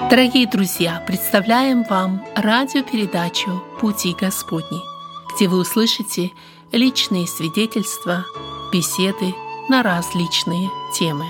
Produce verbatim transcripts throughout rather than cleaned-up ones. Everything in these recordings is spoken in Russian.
Дорогие друзья, представляем вам радиопередачу «Пути Господни», где вы услышите личные свидетельства, беседы на различные темы.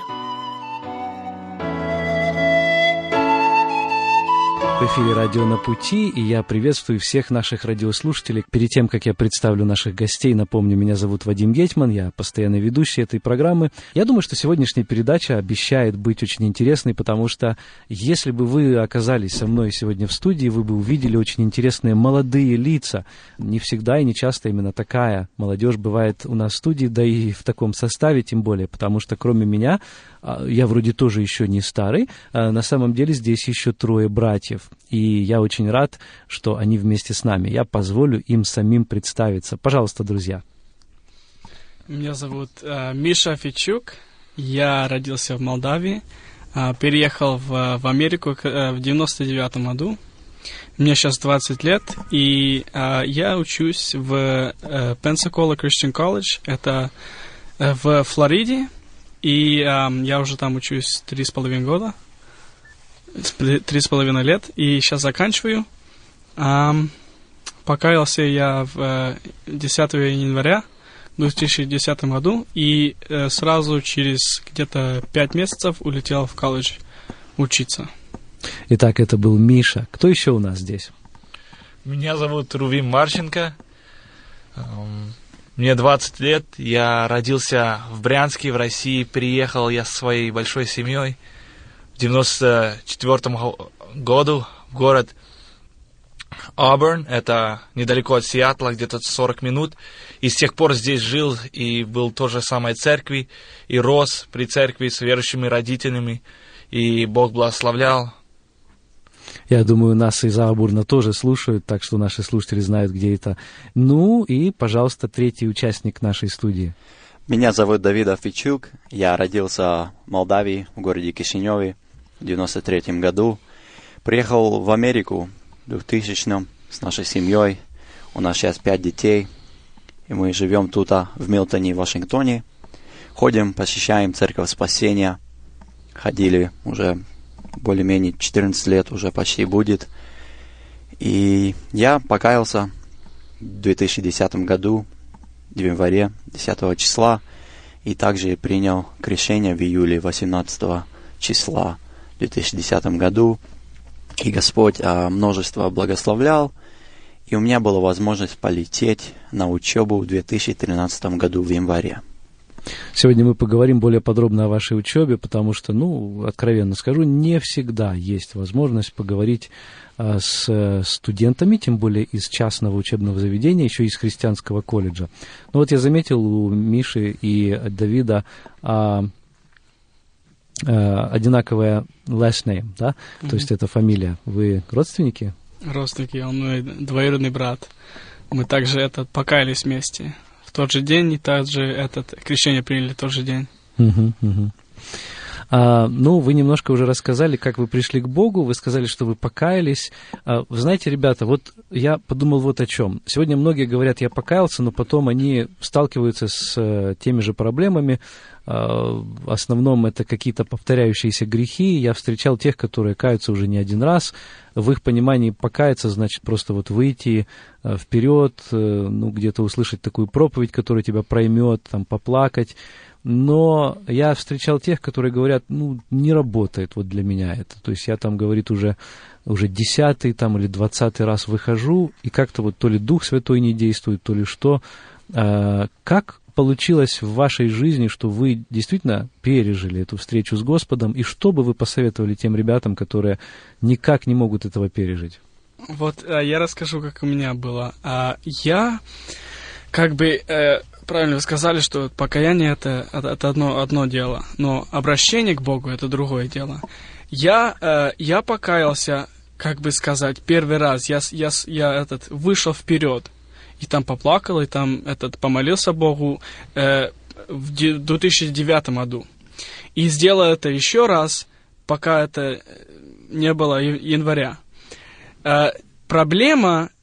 В эфире «Радио на пути», и я приветствую всех наших радиослушателей. Перед тем, как я представлю наших гостей, напомню, меня зовут Вадим Гетман, я постоянный ведущий этой программы. Я думаю, что сегодняшняя передача обещает быть очень интересной, потому что если бы вы оказались со мной сегодня в студии, вы бы увидели очень интересные молодые лица. Не всегда и не часто именно такая молодежь бывает у нас в студии, да и в таком составе тем более, потому что кроме меня, я вроде тоже еще не старый, а на самом деле здесь еще трое братьев. И я очень рад, что они вместе с нами. Я позволю им самим представиться. Пожалуйста, друзья. Меня зовут э, Миша Фичук. Я родился в Молдавии. Э, переехал в, в Америку э, в девяносто девятом году. Мне сейчас двадцать лет. И э, я учусь в э, Pensacola Christian College. Это э, в Флориде. И э, я уже там учусь три с половиной года. Три с половиной лет. И сейчас заканчиваю. Э, покаялся я в десятого января в две тысячи десятом году. И э, сразу через где-то пять месяцев улетел в колледж учиться. Итак, это был Миша. Кто еще у нас здесь? Меня зовут Рувим Марченко. Мне двадцать лет, я родился в Брянске, в России, приехал я со своей большой семьей в девяносто четвёртом году в город Оберн, это недалеко от Сиэтла, где-то сорок минут, и с тех пор здесь жил и был в той же самой церкви, и рос при церкви с верующими родителями, и Бог благословлял. Я думаю, нас из Оберна тоже слушают, так что наши слушатели знают, где это. Ну и, пожалуйста, третий участник нашей студии. Меня зовут Давид Фичук. Я родился в Молдавии, в городе Кишиневе в девяносто третьем году. Приехал в Америку в двухтысячном с нашей семьей. У нас сейчас пять детей. И мы живем тут, в Милтоне, Вашингтоне. Ходим, посещаем Церковь Спасения. Ходили уже более-менее четырнадцать лет уже почти будет. И я покаялся в две тысячи десятом году, в январе, десятого числа, и также принял крещение в июле восемнадцатого числа в две тысячи десятом году. И Господь а, множество благословлял, и у меня была возможность полететь на учебу в две тысячи тринадцатом году в январе. Сегодня мы поговорим более подробно о вашей учебе, потому что, ну, откровенно скажу, не всегда есть возможность поговорить а, с студентами, тем более из частного учебного заведения, еще из христианского колледжа. Но вот я заметил у Миши и Давида а, а, одинаковая last name, да? Mm-hmm. То есть это фамилия. Вы родственники? Родственники, он мой двоюродный брат. Мы также этот, покаялись вместе. В тот же день, и также этот крещение приняли в тот же день. Uh-huh, uh-huh. А, ну, вы немножко уже рассказали, как вы пришли к Богу, вы сказали, что вы покаялись. А, вы знаете, ребята, вот я подумал вот о чем. Сегодня многие говорят, я покаялся, но потом они сталкиваются с а, теми же проблемами. А, в основном это какие-то повторяющиеся грехи. Я встречал тех, которые каются уже не один раз. В их понимании покаяться значит просто вот выйти а, вперед, а, ну, где-то услышать такую проповедь, которая тебя проймет, там, поплакать. Но я встречал тех, которые говорят, ну, не работает вот для меня это. То есть я там, говорит, уже, уже десятый там, или двадцатый раз выхожу, и как-то вот то ли Дух Святой не действует, то ли что. А, как получилось в вашей жизни, что вы действительно пережили эту встречу с Господом, и что бы вы посоветовали тем ребятам, которые никак не могут этого пережить? Вот я расскажу, как у меня было. Я как бы... Правильно вы сказали, что покаяние это, это одно, одно дело, но обращение к Богу это другое дело. Я, э, я покаялся, как бы сказать, первый раз. Я, я, я этот, вышел вперед и там поплакал, и там этот, помолился Богу э, в две тысячи девятом году. И сделал это еще раз, пока это не было января. Э, проблема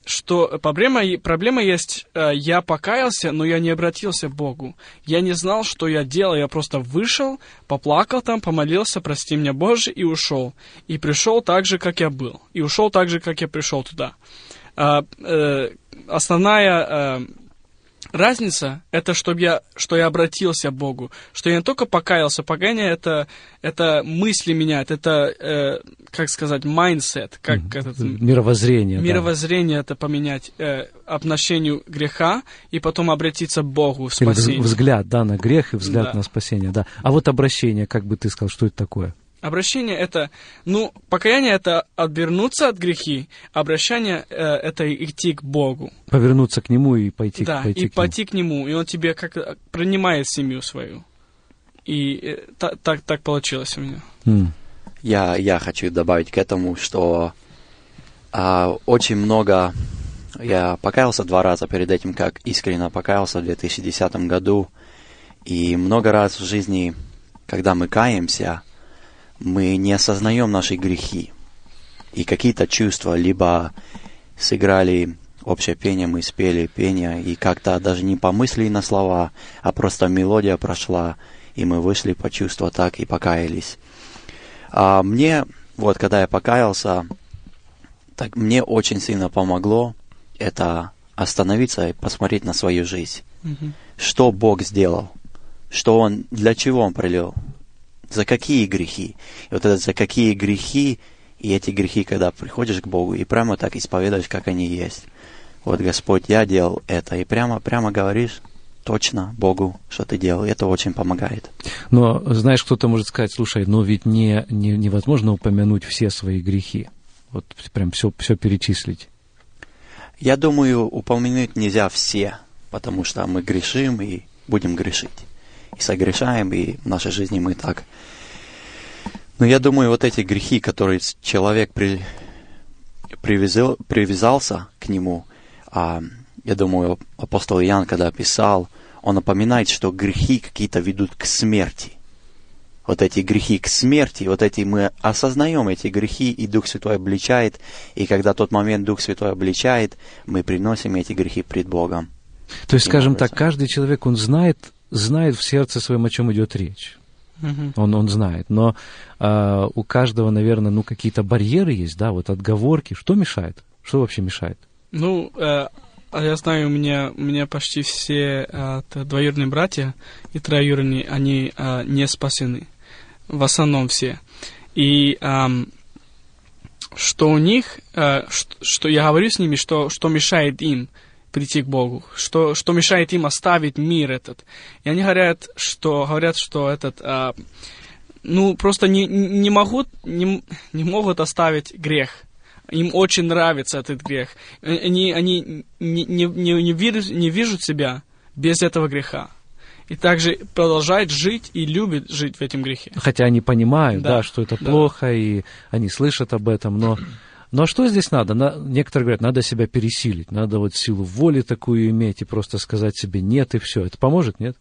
что проблема, проблема есть, э, я покаялся, но я не обратился к Богу. Я не знал, что я делал, я просто вышел, поплакал там, помолился, прости меня, Боже, и ушел. И пришел так же, как я был. И ушел так же, как я пришел туда. А, э, основная... Э, Разница — это чтобы я, что я обратился к Богу, что я не только покаялся. Покаяние — это, это мысли меняет, это, э, как сказать, mindset, как mm-hmm. этот, мировоззрение. Мировоззрение — да. Это поменять э, отношению греха и потом обратиться к Богу в спасение. Взгляд, да, на грех и взгляд да. на спасение, да. А вот обращение, как бы ты сказал, что это такое? Обращение — это, ну, покаяние — это отвернуться от грехи, обращение э, — это идти к Богу. Повернуться к Нему и пойти, да, пойти и к пойти Нему. к Нему, и Он тебе как принимает семью свою. И э, так, так, так получилось у меня. Mm. Я, я хочу добавить к этому, что а, очень много... Я покаялся два раза перед этим, как искренне покаялся в две тысячи десятом году. И много раз в жизни, когда мы каемся, мы не осознаем наши грехи. И какие-то чувства, либо сыграли общее пение, мы спели пение, и как-то даже не помыслили на слова, а просто мелодия прошла, и мы вышли по чувству так и покаялись. А мне, вот когда я покаялся, так мне очень сильно помогло это остановиться и посмотреть на свою жизнь. Mm-hmm. Что Бог сделал? Что Он, для чего Он пролил? За какие грехи? И вот это за какие грехи, и эти грехи, когда приходишь к Богу, и прямо так исповедуешь, как они есть. Вот, Господь, я делал это. И прямо, прямо говоришь точно Богу, что ты делал. И это очень помогает. Но, знаешь, кто-то может сказать, слушай, но ведь не, не, невозможно упомянуть все свои грехи. Вот прям все, все перечислить. Я думаю, упомянуть нельзя все, потому что мы грешим и будем грешить. И согрешаем, и в нашей жизни мы так. Но я думаю, вот эти грехи, которые человек при, привязал, привязался к нему, а, я думаю, апостол Иоанн, когда писал, он напоминает, что грехи какие-то ведут к смерти. Вот эти грехи к смерти, вот эти мы осознаем эти грехи, и Дух Святой обличает, и когда тот момент Дух Святой обличает, мы приносим эти грехи пред Богом. То есть, скажем так, каждый человек, он знает, знает в сердце своем, о чем идет речь. Uh-huh. Он, он знает. Но э, у каждого, наверное, ну, какие-то барьеры есть, да, вот отговорки. Что мешает? Что вообще мешает? Ну, э, я знаю, у меня, у меня почти все э, двоюродные братья и троюродные, они э, не спасены. В основном все. И э, что у них, э, что, что я говорю с ними, что, что мешает им прийти к Богу, что, что мешает им оставить мир этот. И они говорят, что, говорят, что этот, а, ну, просто не, не, могут, не, не могут оставить грех. Им очень нравится этот грех. Они, они не, не, не, не, видят, не видят себя без этого греха. И также продолжают жить и любят жить в этом грехе. Хотя они понимают, да, да что это да. плохо, и они слышат об этом, но... Ну а что здесь надо? На, некоторые говорят, надо себя пересилить, надо вот силу воли такую иметь и просто сказать себе нет, и все. Это поможет, нет?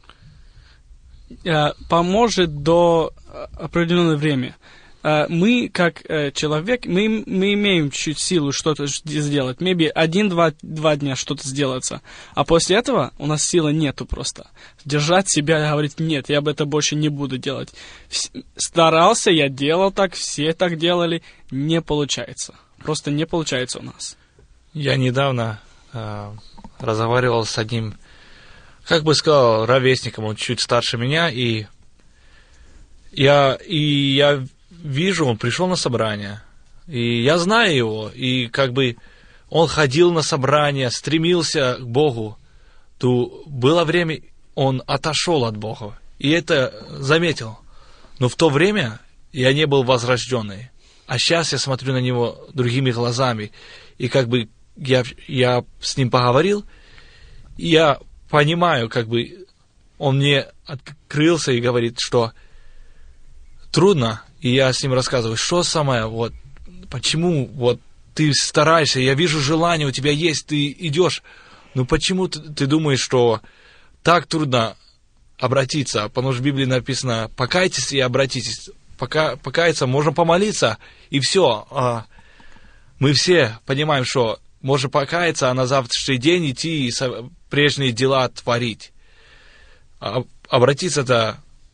Поможет до определенного времени. Мы, как человек, мы, мы имеем чуть силу что-то сделать. Maybe один-два два дня что-то сделается. А после этого у нас силы нету просто. Держать себя и говорить, нет, я бы это больше не буду делать. Старался, я делал так, все так делали. Не получается. Просто не получается у нас. Я недавно э, разговаривал с одним, как бы сказал, ровесником, он чуть старше меня, и я, и я вижу, он пришел на собрание, и я знаю его, и как бы он ходил на собрание, стремился к Богу, то было время, он отошел от Бога, и это заметил. Но в то время я не был возрожденный, а сейчас я смотрю на него другими глазами, и как бы я, я с ним поговорил, и я понимаю, как бы он мне открылся и говорит, что трудно. И я с ним рассказываю, что самое, вот, почему, вот, ты стараешься, я вижу желание у тебя есть, ты идешь, но почему ты, ты думаешь, что так трудно обратиться, потому что в Библии написано, покайтесь и обратитесь, Пока, покаяться, можно помолиться, и все. А мы все понимаем, что можешь покаяться, а на завтрашний день идти и прежние дела творить. А обратиться-то...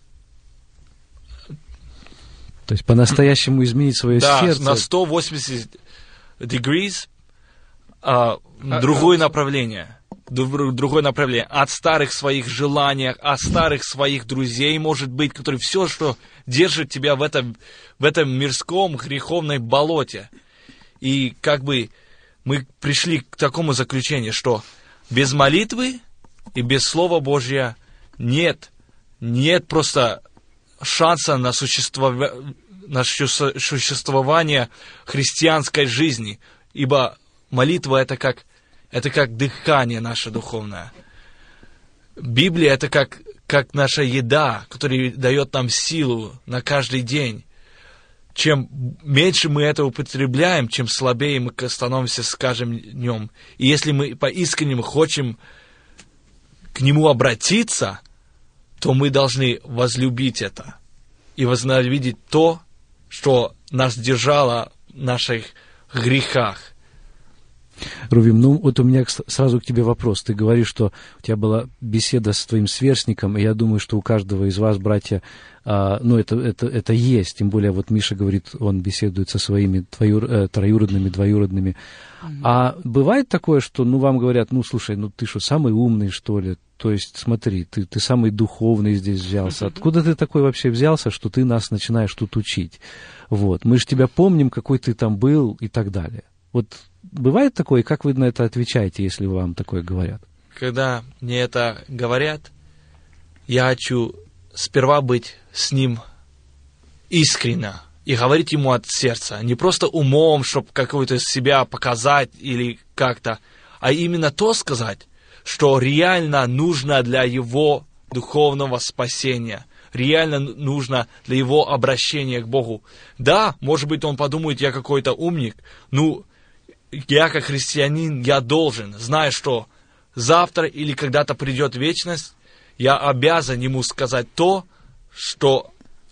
То есть по-настоящему изменить свое да, сердце. Да, на сто восемьдесят degrees а, а, другое а, направление. Другое направление. От старых своих желаний, от старых своих друзей, может быть, которые все, что держит тебя в этом, в этом мирском греховном болоте. И как бы мы пришли к такому заключению, что без молитвы и без Слова Божьего нет, нет просто шанса на существование, на существование христианской жизни, ибо молитва это как, это как дыхание наше духовное. Библия это как, как наша еда, которая дает нам силу на каждый день. Чем меньше мы это употребляем, чем слабее мы становимся с каждым днем. И если мы по-искреннему хотим к Нему обратиться, то мы должны возлюбить это и возненавидеть то, что нас держало в наших грехах. Рувим, ну вот у меня сразу к тебе вопрос. Ты говоришь, что у тебя была беседа с твоим сверстником, и я думаю, что у каждого из вас, братья, а, ну это, это, это есть. Тем более вот Миша говорит, он беседует со своими твоюр, э, троюродными, двоюродными. Mm-hmm. А бывает такое, что ну вам говорят, ну слушай, ну ты что, самый умный, что ли? То есть смотри, ты, ты самый духовный здесь взялся. Откуда ты такой вообще взялся, что ты нас начинаешь тут учить? Вот. Мы же тебя помним, какой ты там был и так далее. Вот бывает такое, и как вы на это отвечаете, если вам такое говорят? Когда мне это говорят, я хочу сперва быть с ним искренне и говорить ему от сердца. Не просто умом, чтобы какую-то себя показать или как-то, а именно то сказать, что реально нужно для его духовного спасения, реально нужно для его обращения к Богу. Да, может быть, он подумает, я какой-то умник, ну, я как христианин, я должен, зная, что завтра или когда-то придет вечность, я обязан ему сказать то, что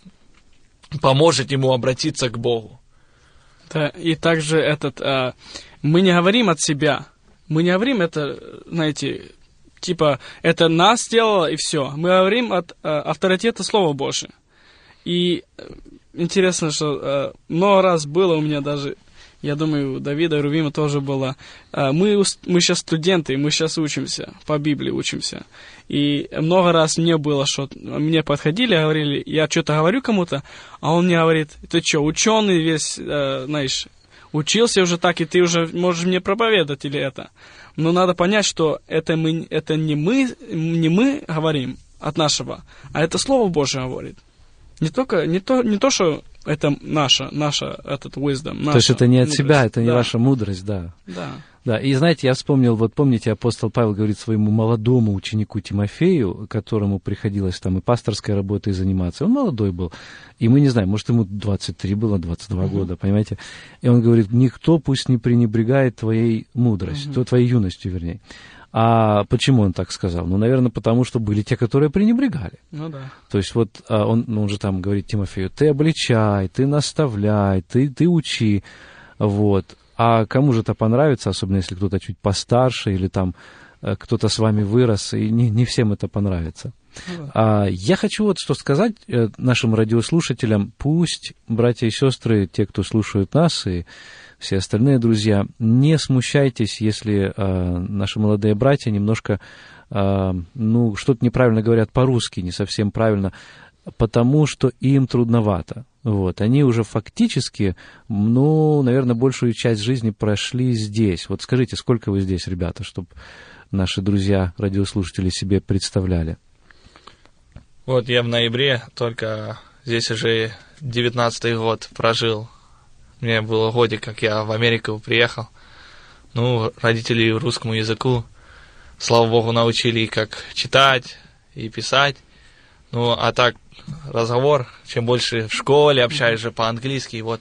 поможет ему обратиться к Богу. Да, и также этот, а, мы не говорим от себя, мы не говорим это, знаете, типа, это нас сделало и все. Мы говорим от а, авторитета Слова Божия. И интересно, что а, много раз было у меня даже... Я думаю, у Давида и Рувима тоже было. Мы, мы сейчас студенты, мы сейчас учимся, по Библии учимся. И много раз мне было, что мне подходили, говорили, я что-то говорю кому-то, а он мне говорит, ты что, ученый весь, знаешь, учился уже так, и ты уже можешь мне проповедовать или это. Но надо понять, что это, мы, это не, мы, не мы говорим от нашего, а это Слово Божие говорит. Не только, не то, не то, что это наша, наша, этот wisdom. Наша То есть это не от мудрость. себя, это не да. ваша мудрость, да. Да. Да, и знаете, я вспомнил, вот помните, апостол Павел говорит своему молодому ученику Тимофею, которому приходилось там и пасторской работой заниматься, он молодой был, и мы не знаем, может, ему двадцать три было, двадцать два uh-huh. года, понимаете, и он говорит, никто пусть не пренебрегает твоей мудростью, uh-huh. твоей юностью, вернее. А почему он так сказал? Ну, наверное, потому что были те, которые пренебрегали. Ну да. То есть вот он, ну, он же там говорит Тимофею, ты обличай, ты наставляй, ты, ты учи, вот. А кому же это понравится, особенно если кто-то чуть постарше или там кто-то с вами вырос, и не, не всем это понравится. Ну, да. а, я хочу вот что сказать нашим радиослушателям, пусть братья и сестры, те, кто слушают нас, и все остальные друзья, не смущайтесь, если э, наши молодые братья немножко, э, ну, что-то неправильно говорят по-русски, не совсем правильно, потому что им трудновато. Вот. Они уже фактически, ну, наверное, большую часть жизни прошли здесь. Вот скажите, сколько вы здесь, ребята, чтобы наши друзья, радиослушатели себе представляли? Вот я в ноябре только здесь уже девятнадцатый год прожил. Мне было годик, как я в Америку приехал. Ну, родители русскому языку, слава богу, научили, как читать и писать. Ну, а так, разговор, чем больше в школе общаешь же по-английски, вот.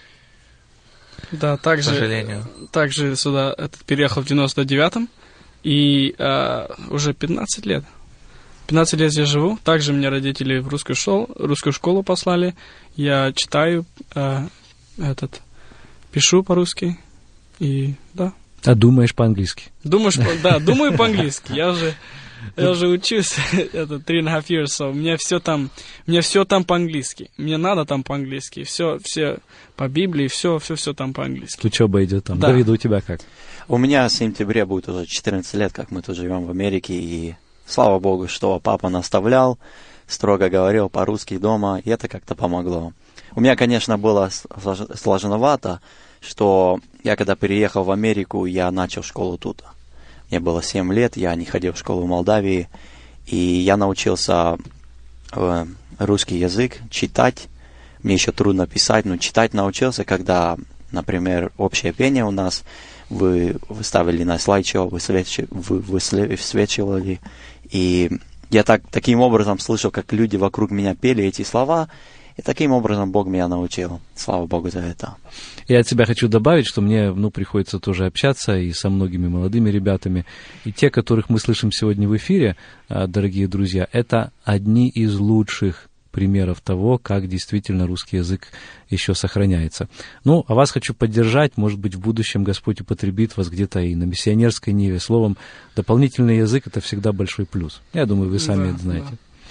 Да, также, к сожалению. Также сюда этот, переехал в девяносто девятом, и э, уже пятнадцать лет. пятнадцать лет я живу. Также меня родители в русскую школу, русскую школу послали. Я читаю... Э, этот, пишу по-русски, и да, А думаешь по-английски? Думаешь, да, думаю по-английски. Я уже, я уже учусь, это three and a half years, so мне все там, мне все там по-английски. Мне надо там по-английски. Все, все по Библии, все, все, все там по-английски. Учеба идет там. Да. Давид, у тебя как? У меня в сентябре будет уже четырнадцать лет, как мы тут живем в Америке, и слава Богу, что папа наставлял, строго говорил по-русски дома, и это как-то помогло. У меня, конечно, было сложновато, что я когда переехал в Америку, я начал школу тут. Мне было семь лет, я не ходил в школу в Молдавии, и я научился э, русский язык читать. Мне еще трудно писать, но читать научился, когда, например, общее пение у нас вы выставили на слайдшоу, высвечивали, вы высвечивали, и я так, таким образом слышал, как люди вокруг меня пели эти слова, и таким образом Бог меня научил. Слава Богу за это. Я от себя хочу добавить, что мне ну, приходится тоже общаться и со многими молодыми ребятами. И те, которых мы слышим сегодня в эфире, дорогие друзья, это одни из лучших примеров того, как действительно русский язык еще сохраняется. Ну, а вас хочу поддержать. Может быть, в будущем Господь употребит вас где-то и на миссионерской ниве. Словом, дополнительный язык — это всегда большой плюс. Я думаю, вы сами да, это знаете.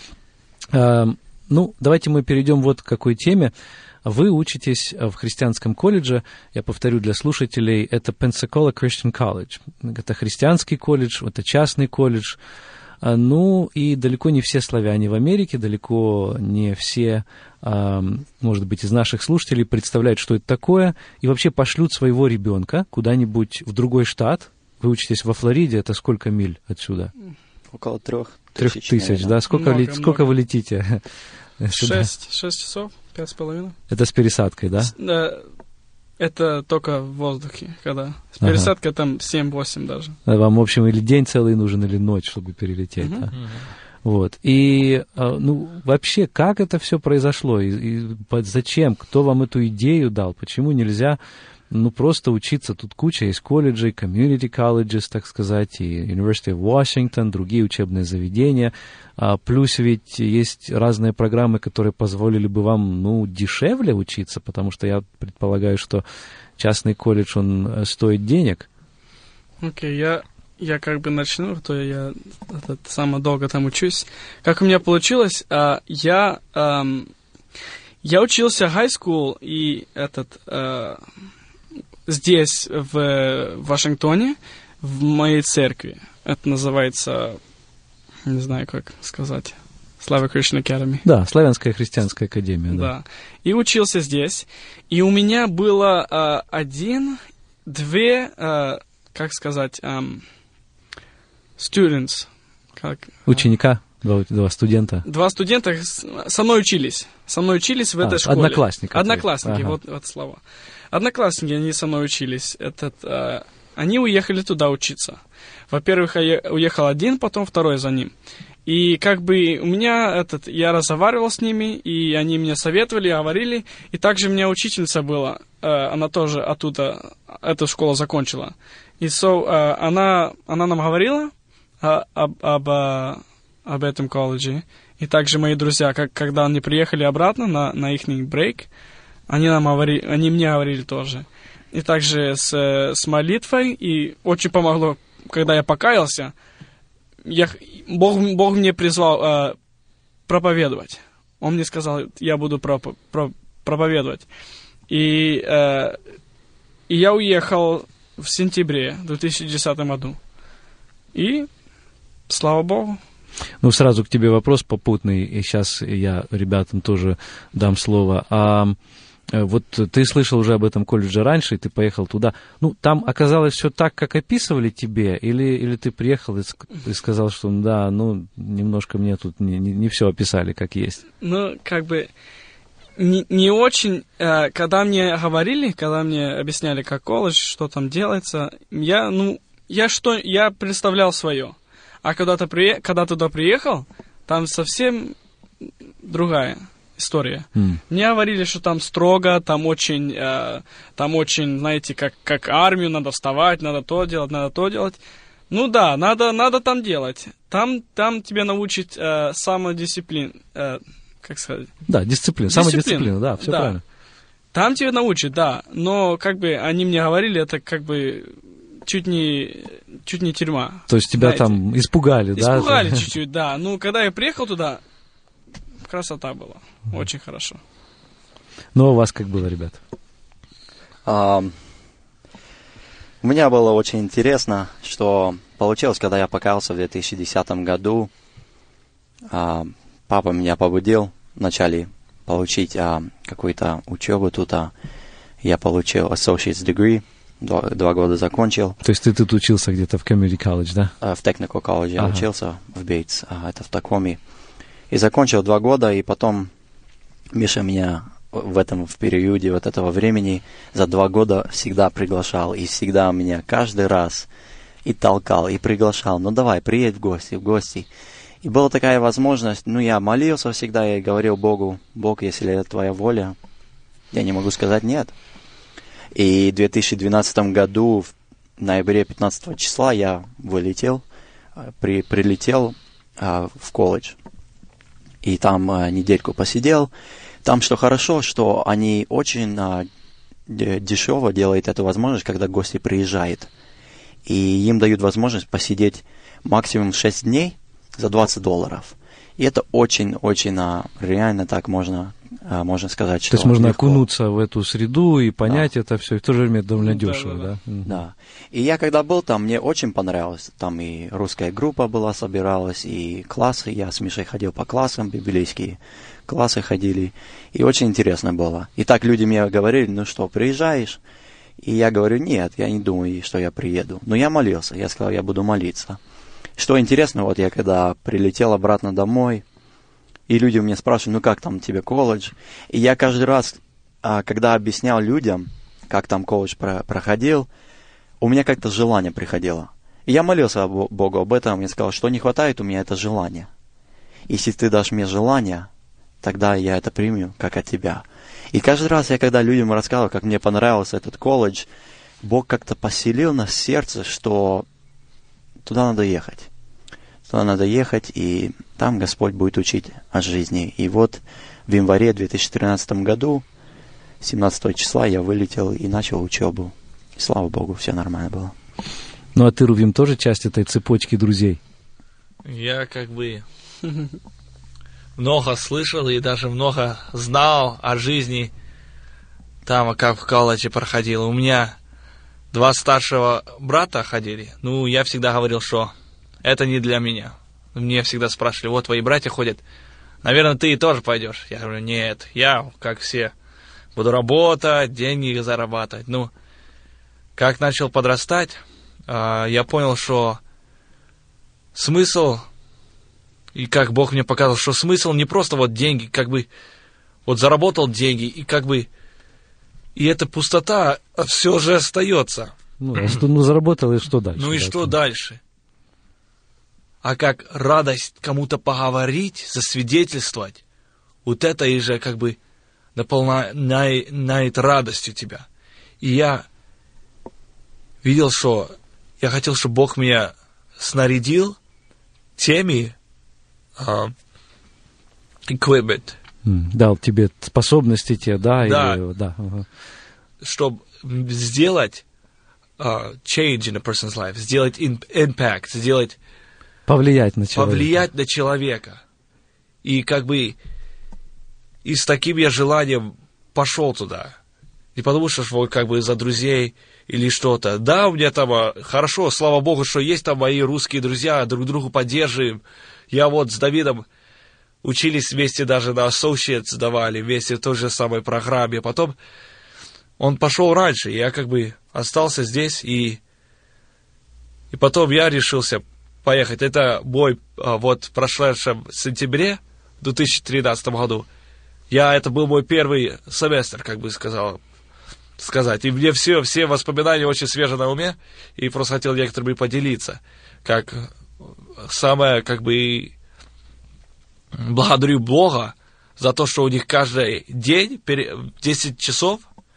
Да. А, ну, давайте мы перейдем вот к какой теме. Вы учитесь в христианском колледже, я повторю для слушателей, это Pensacola Christian College. Это христианский колледж, это частный колледж. Ну, и далеко не все славяне в Америке, далеко не все, может быть, из наших слушателей представляют, что это такое, и вообще пошлют своего ребенка куда-нибудь в другой штат. Вы учитесь во Флориде, это сколько миль отсюда? Около трех Трех тысяч, тысяч, наверное. да? Сколько, Много, лет, много. сколько вы летите? Шесть, шесть часов, пять с половиной. Это с пересадкой, да? Да, это только в воздухе, когда. С Ага. пересадкой там семь-восемь даже. Вам, в общем, или день целый нужен, или ночь, чтобы перелететь. Мгм. Да? Вот. И, ну, вообще, как это все произошло? И, и под- зачем? Кто вам эту идею дал? Почему нельзя, ну, просто учиться? Тут куча есть колледжей, community colleges, так сказать, и University of Washington, другие учебные заведения. А, плюс ведь есть разные программы, которые позволили бы вам, ну, дешевле учиться, потому что я предполагаю, что частный колледж, он э, стоит денег. Окей, я, я как бы начну, то я этот, самое долго там учусь. Как у меня получилось, а, я, ам, я учился в high school и этот, а, здесь, в Вашингтоне, в моей церкви. Это называется, не знаю, как сказать, Slava Christian Academy. Да, Славянская христианская академия, да. Да. И учился здесь. И у меня было а, один, две, а, как сказать, ам, students. Как, Ученика, два, два студента. Два студента с- со мной учились. Со мной учились в А, этой школе. одноклассники. Одноклассники, Ага. вот, вот слова. Одноклассники, они со мной учились. Этот, а, они уехали туда учиться. Во-первых, я уехал один, потом второй за ним. И как бы у меня этот, я разговаривал с ними, и они мне советовали, говорили. И также у меня учительница была, э, она тоже оттуда, эту школу закончила. И so, э, она, она нам говорила э, об, об, э, об этом колледже. И также мои друзья, как, когда они приехали обратно на, на их брейк, они, нам говорили, они мне говорили тоже. И также с, с молитвой, и очень помогло, когда я покаялся, я, Бог, Бог мне призвал э, проповедовать. Он мне сказал, я буду пропо, про, проповедовать. И, э, и я уехал в сентябре две тысячи десятом году. И, слава Богу. Ну, сразу к тебе вопрос попутный, и сейчас я ребятам тоже дам слово. А вот ты слышал уже об этом колледже раньше, и ты поехал туда. Ну, там оказалось все так, как описывали тебе, или, или ты приехал и, ск- и сказал, что да, ну, немножко мне тут не, не, не все описали, как есть. Ну, как бы, не, не очень, э, когда мне говорили, когда мне объясняли, как колледж, что там делается, я, ну, я что, я представлял свое. А когда, ты при... когда туда приехал, там совсем другая история. Mm. Мне говорили, что там строго, там очень, э, там очень, знаете, как, как армию, надо вставать, надо то делать, надо то делать. Ну да, надо, надо там делать. Там, там тебя научат э, самодисциплин, э, как сказать? Да, дисциплина, самодисциплина, да, все Да. правильно. Там тебя научат, да, но как бы они мне говорили, это как бы чуть не, чуть не тюрьма. То есть тебя знаете. там испугали, да? Испугали чуть-чуть, да. Ну, когда я приехал туда, красота была. Очень хорошо. Ну, а у вас как было, ребят? А, у меня было очень интересно, что получилось, когда я покаялся в две тысячи десятом году. А, папа меня побудил вначале получить а, какую-то учебу тут. А, я получил associate's degree, два, два года закончил. То есть ты тут учился где-то в Community College, да? А, в Technical College я ага. учился, в Бейтс, а, это в Такоме. И закончил два года, и потом Миша меня в этом в периоде вот этого времени за два года всегда приглашал, и всегда меня каждый раз и толкал, и приглашал. Ну давай, приедь в гости, в гости. И была такая возможность, ну я молился всегда и говорил Богу: Бог, если это твоя воля, я не могу сказать нет. И в две тысячи двенадцатом году, в ноябре пятнадцатого числа, я вылетел, при, прилетел а, в колледж. И там а, недельку посидел. Там что хорошо, что они очень а, дешево делают эту возможность, когда гости приезжают. И им дают возможность посидеть максимум шесть дней за двадцать долларов. И это очень-очень а, реально так можно, а, можно сказать, что То есть можно легко. окунуться в эту среду и понять да. это все, и в то же время довольно Да, дешево, да, да? да. Да. И я когда был там, мне очень понравилось. Там и русская группа была, собиралась, и классы. Я с Мишей ходил по классам, библейские классы ходили. И очень интересно было. И так люди мне говорили: ну что, приезжаешь? И я говорю: нет, я не думаю, что я приеду. Но я молился. Я сказал, я буду молиться. Что интересно, вот я когда прилетел обратно домой, и люди меня спрашивают: ну как там тебе колледж? И я каждый раз, когда объяснял людям, как там колледж проходил, у меня как-то желание приходило. И я молился Богу об этом, я сказал, что не хватает у меня это желание. Если ты дашь мне желание, тогда я это приму, как от тебя. И каждый раз я, когда людям рассказывал, как мне понравился этот колледж, Бог как-то поселил на сердце, что туда надо ехать. Туда надо ехать, и там Господь будет учить о жизни. И вот в январе две тысячи тринадцатом году, семнадцатого числа, я вылетел и начал учебу. И слава Богу, все нормально было. Ну а ты, Рувим, тоже часть этой цепочки друзей? Я как бы много слышал и даже много знал о жизни там, как в колледже проходило. У меня два старшего брата ходили. Ну, я всегда говорил, что это не для меня. Мне всегда спрашивали: вот твои братья ходят, наверное, ты тоже пойдешь. Я говорю: нет, я, как все, буду работать, деньги зарабатывать. Ну, как начал подрастать, я понял, что смысл, и как Бог мне показал, что смысл не просто вот деньги, как бы вот заработал деньги, и как бы и эта пустота все же остается. Ну, а что, ну заработал, и что дальше? Ну и да, что там? дальше? А как радость кому-то поговорить, засвидетельствовать, вот это и же как бы наполняет радостью тебя. И я видел, что я хотел, чтобы Бог меня снарядил теми uh, equipment, дал тебе способности те, да? Да. Или, да. Ага. Чтобы сделать uh, change in a person's life, сделать in, impact, сделать повлиять на человека. Повлиять на человека. И как бы и с таким я желанием пошел туда. Не потому что вот как бы за друзей или что-то. Да, у меня там хорошо, слава Богу, что есть там мои русские друзья, друг другу поддерживаем. Я вот с Давидом учились вместе, даже на associates сдавали, вместе в той же самой программе. Потом он пошел раньше, я как бы остался здесь, и, и потом я решился поехать. Это мой, вот в прошедшем сентябре две тысячи тринадцатом году, я, это был мой первый семестр, как бы сказал, сказать. И мне все, все воспоминания очень свежи на уме, и просто хотел некоторыми поделиться. Как самое, как бы, благодарю Бога за то, что у них каждый день, десять часов,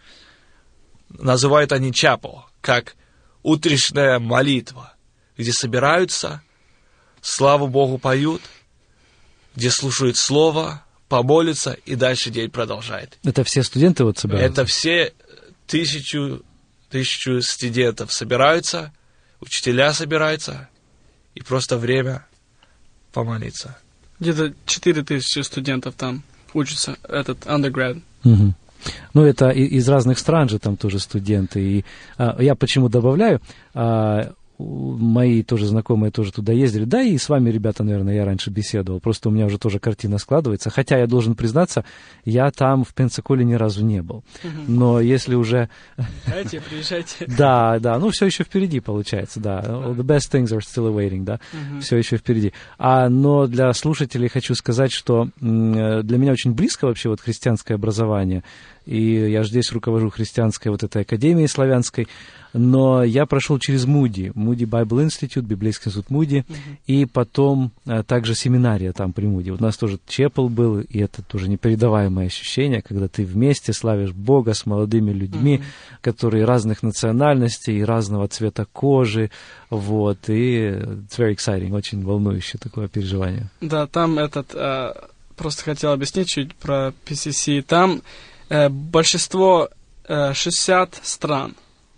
называют они чапел, как утренняя молитва, где собираются, славу Богу поют, где слушают Слово, помолятся, и дальше день продолжает. Это все студенты вот собираются? Это все тысячу тысячу студентов собираются, учителя собираются, и просто время помолиться. Где-то четыре тысячи студентов там учатся, этот undergrad. Угу. Ну, это и, из разных стран же там тоже студенты. И а, я почему добавляю, а, мои тоже знакомые тоже туда ездили, да, и с вами, ребята, наверное, я раньше беседовал, просто у меня уже тоже картина складывается, хотя я должен признаться, я там в Пенсаколе ни разу не был, но если уже... Приезжайте, приезжайте. Да, да, ну, все еще впереди, получается, да, the best things are still awaiting, да, все еще впереди. А, но для слушателей хочу сказать, что для меня очень близко вообще вот христианское образование, и я же здесь руковожу христианской вот этой академией славянской, но я прошел через Moody, Moody Bible Institute, библейский институт Moody, uh-huh. и потом а, также семинария там при Moody. Вот у нас тоже чепел был, и это тоже непередаваемое ощущение, когда ты вместе славишь Бога с молодыми людьми, uh-huh. которые разных национальностей и разного цвета кожи, вот, и it's very exciting, очень волнующее такое переживание. Да, там этот, а, просто хотел объяснить чуть про пи си си, там а, большинство, а, шестьдесят стран,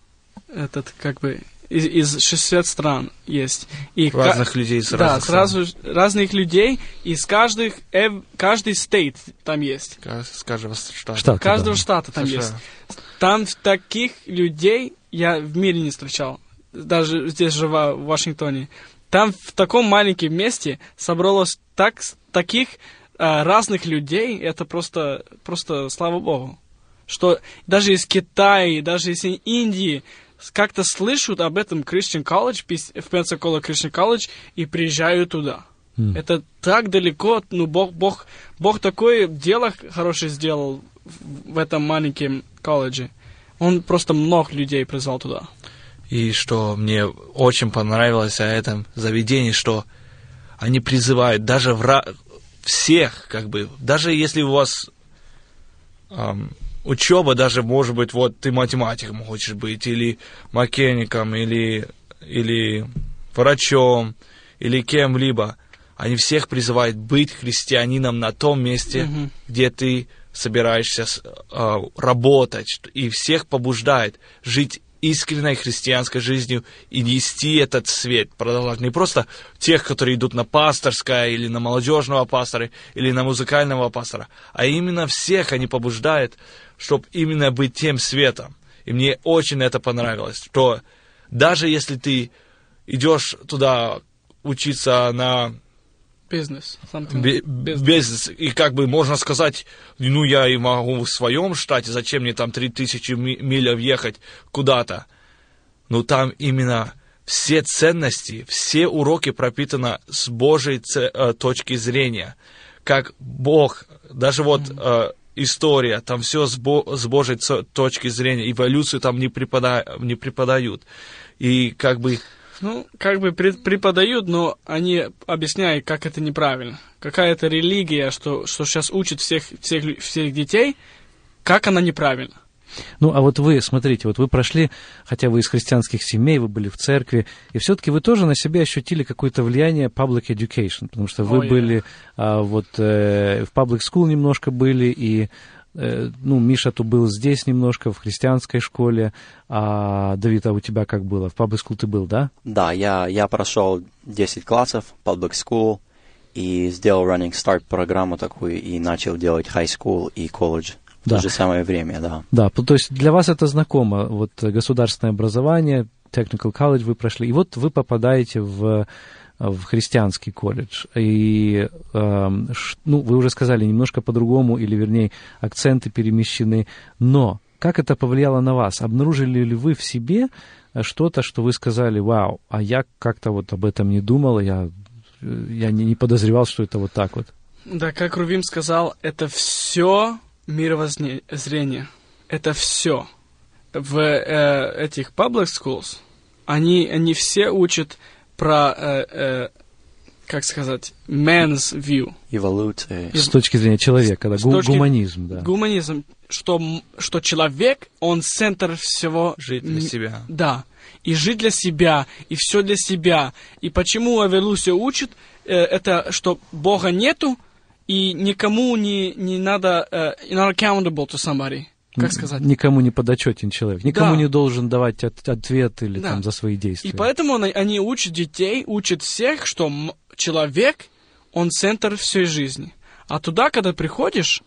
этот, как бы, из, из шестисот стран есть. И разных ка- людей с да, разных сразу стран. Разных людей, из каждых, эв, каждый стейт там есть. С каждого штата. Штата, каждого да. штата там США. есть. Там таких людей я в мире не встречал. Даже здесь, живя в Вашингтоне. Там в таком маленьком месте собралось так, таких а, разных людей, это просто, просто слава Богу. Что даже из Китая, даже из Индии как-то слышат об этом Christian College, в Pensacola Christian College, и приезжают туда. Mm. Это так далеко, ну, Бог, Бог, Бог такое дело хорошее сделал в, в этом маленьком колледже. Он просто много людей призвал туда. И что мне очень понравилось о этом заведении, что они призывают даже в, всех, как бы, даже если у вас... Эм, учеба даже, может быть, вот ты математиком хочешь быть, или механиком, или, или врачом, или кем-либо. Они всех призывают быть христианином на том месте, mm-hmm. где ты собираешься э, работать. И всех побуждает жить искренней христианской жизнью и нести этот свет, продолжать. Не просто тех, которые идут на пасторское, или на молодежного пастора, или на музыкального пастора, а именно всех они побуждают, чтобы именно быть тем светом. И мне очень это понравилось, что даже если ты идешь туда учиться на бизнес, Б- бизнес, и как бы можно сказать, ну я и могу в своем штате, зачем мне там три тысячи миль ехать куда-то. Но там именно все ценности, все уроки пропитаны с Божьей ц- э, точки зрения. Как Бог, даже вот э, история, там все с, Бо- с Божьей ц- точки зрения, эволюцию там не, препода- не преподают. И как бы... Ну, как бы преподают, но они объясняют, как это неправильно. Какая-то религия, что, что сейчас учит всех, всех, всех детей, как она неправильна. Ну, а вот вы, смотрите, вот вы прошли, хотя вы из христианских семей, вы были в церкви, и все-таки вы тоже на себе ощутили какое-то влияние public education, потому что вы oh, yeah. были а, вот э, в public school немножко были, и ну, Миша, ты был здесь немножко, в христианской школе, а Давид, а у тебя как было? В public school ты был, да? Да, я, я прошел десять классов public school и сделал running start программу такую и начал делать high school и колледж в да. то же самое время, да. Да, то есть для вас это знакомо, вот государственное образование, technical college вы прошли, и вот вы попадаете в... в христианский колледж. И, э, ну, вы уже сказали, немножко по-другому, или, вернее, акценты перемещены. Но как это повлияло на вас? Обнаружили ли вы в себе что-то, что вы сказали, вау, а я как-то вот об этом не думал, я, я не, не подозревал, что это вот так вот? Да, как Рувим сказал, это все мировоззрение. Это все. В э, этих public schools они, они все учат про, э, э, как сказать, man's view. Эволюция. С точки зрения человека, да, Гу- точки, гуманизм, да. Гуманизм, что, что человек, он центр всего. Жить для себя. Да, и жить для себя, и все для себя. И почему эволюция учит, э, это что Бога нету, и никому не, не надо, uh, you're not accountable to somebody. как сказать? Никому не подотчетен человек, никому Да. не должен давать от, ответ или Да. там за свои действия. И поэтому они, они учат детей, учат всех, что м- человек, он центр всей жизни. А туда, когда приходишь,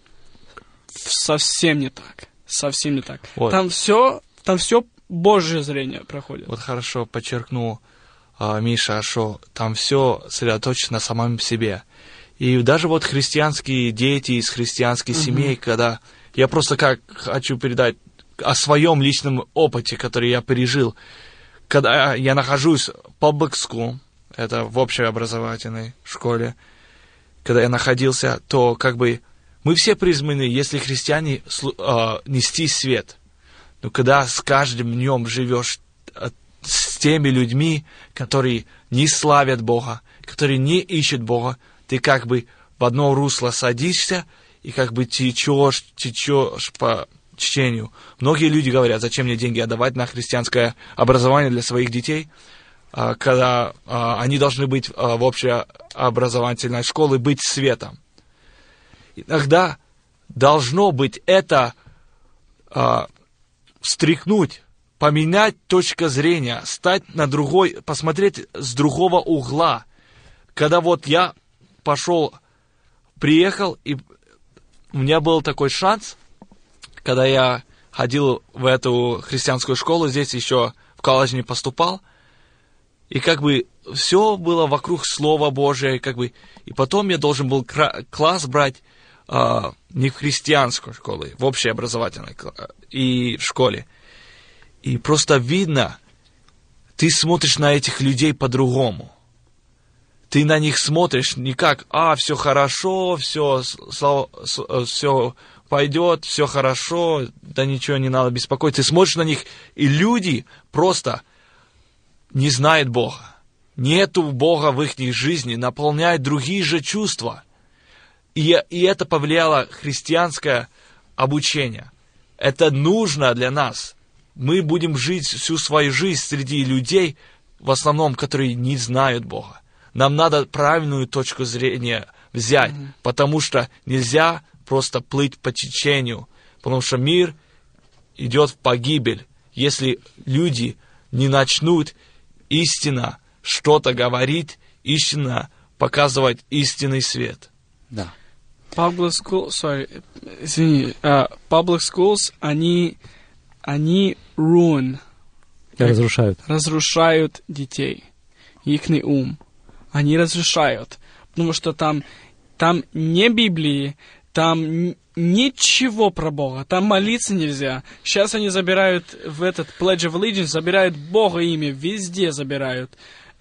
совсем не так. Совсем не так. Вот. Там все, там все Божье зрение проходит. Вот хорошо подчеркнул а, Миша, что там все сосредоточено на самом себе. И даже вот христианские дети из христианских Мгм. семей, когда я просто как хочу передать о своем личном опыте, который я пережил, когда я нахожусь в public school, это в общеобразовательной школе, когда я находился, то как бы мы все призваны, если христиане, слу- а, нести свет. Но когда с каждым днем живешь а, с теми людьми, которые не славят Бога, которые не ищут Бога, ты как бы в одно русло садишься и как бы течешь, течешь по чтению. Многие люди говорят, зачем мне деньги отдавать на христианское образование для своих детей, а, когда а, они должны быть а, в общеобразовательной школе, быть светом. Иногда должно быть это а, встряхнуть, поменять точку зрения, стать на другой, посмотреть с другого угла. Когда вот я пошел, приехал, и у меня был такой шанс, когда я ходил в эту христианскую школу, здесь еще в колледж не поступал, и как бы все было вокруг Слова Божия, как бы, и потом я должен был кра- класс брать а, не в христианской школе, в общеобразовательной и в школе. И просто видно, ты смотришь на этих людей по-другому. Ты на них смотришь не как, а, все хорошо, все, все пойдет, все хорошо, да ничего не надо беспокоиться. Ты смотришь на них, и люди просто не знают Бога. Нету Бога в их жизни, наполняют другие же чувства. И, и это повлияло христианское обучение. Это нужно для нас. Мы будем жить всю свою жизнь среди людей, в основном, которые не знают Бога. Нам надо правильную точку зрения взять, mm-hmm. потому что нельзя просто плыть по течению, потому что мир идет в погибель, если люди не начнут истинно что-то говорить, истинно показывать истинный свет. Да. Public school, sorry, извини, uh, public schools, они, они ruin, разрушают. разрушают детей, ихний ум. Они разрушают, потому что там, там не Библии, там ничего про Бога, там молиться нельзя. Сейчас они забирают в этот Pledge of Allegiance, забирают Бога имя, везде забирают.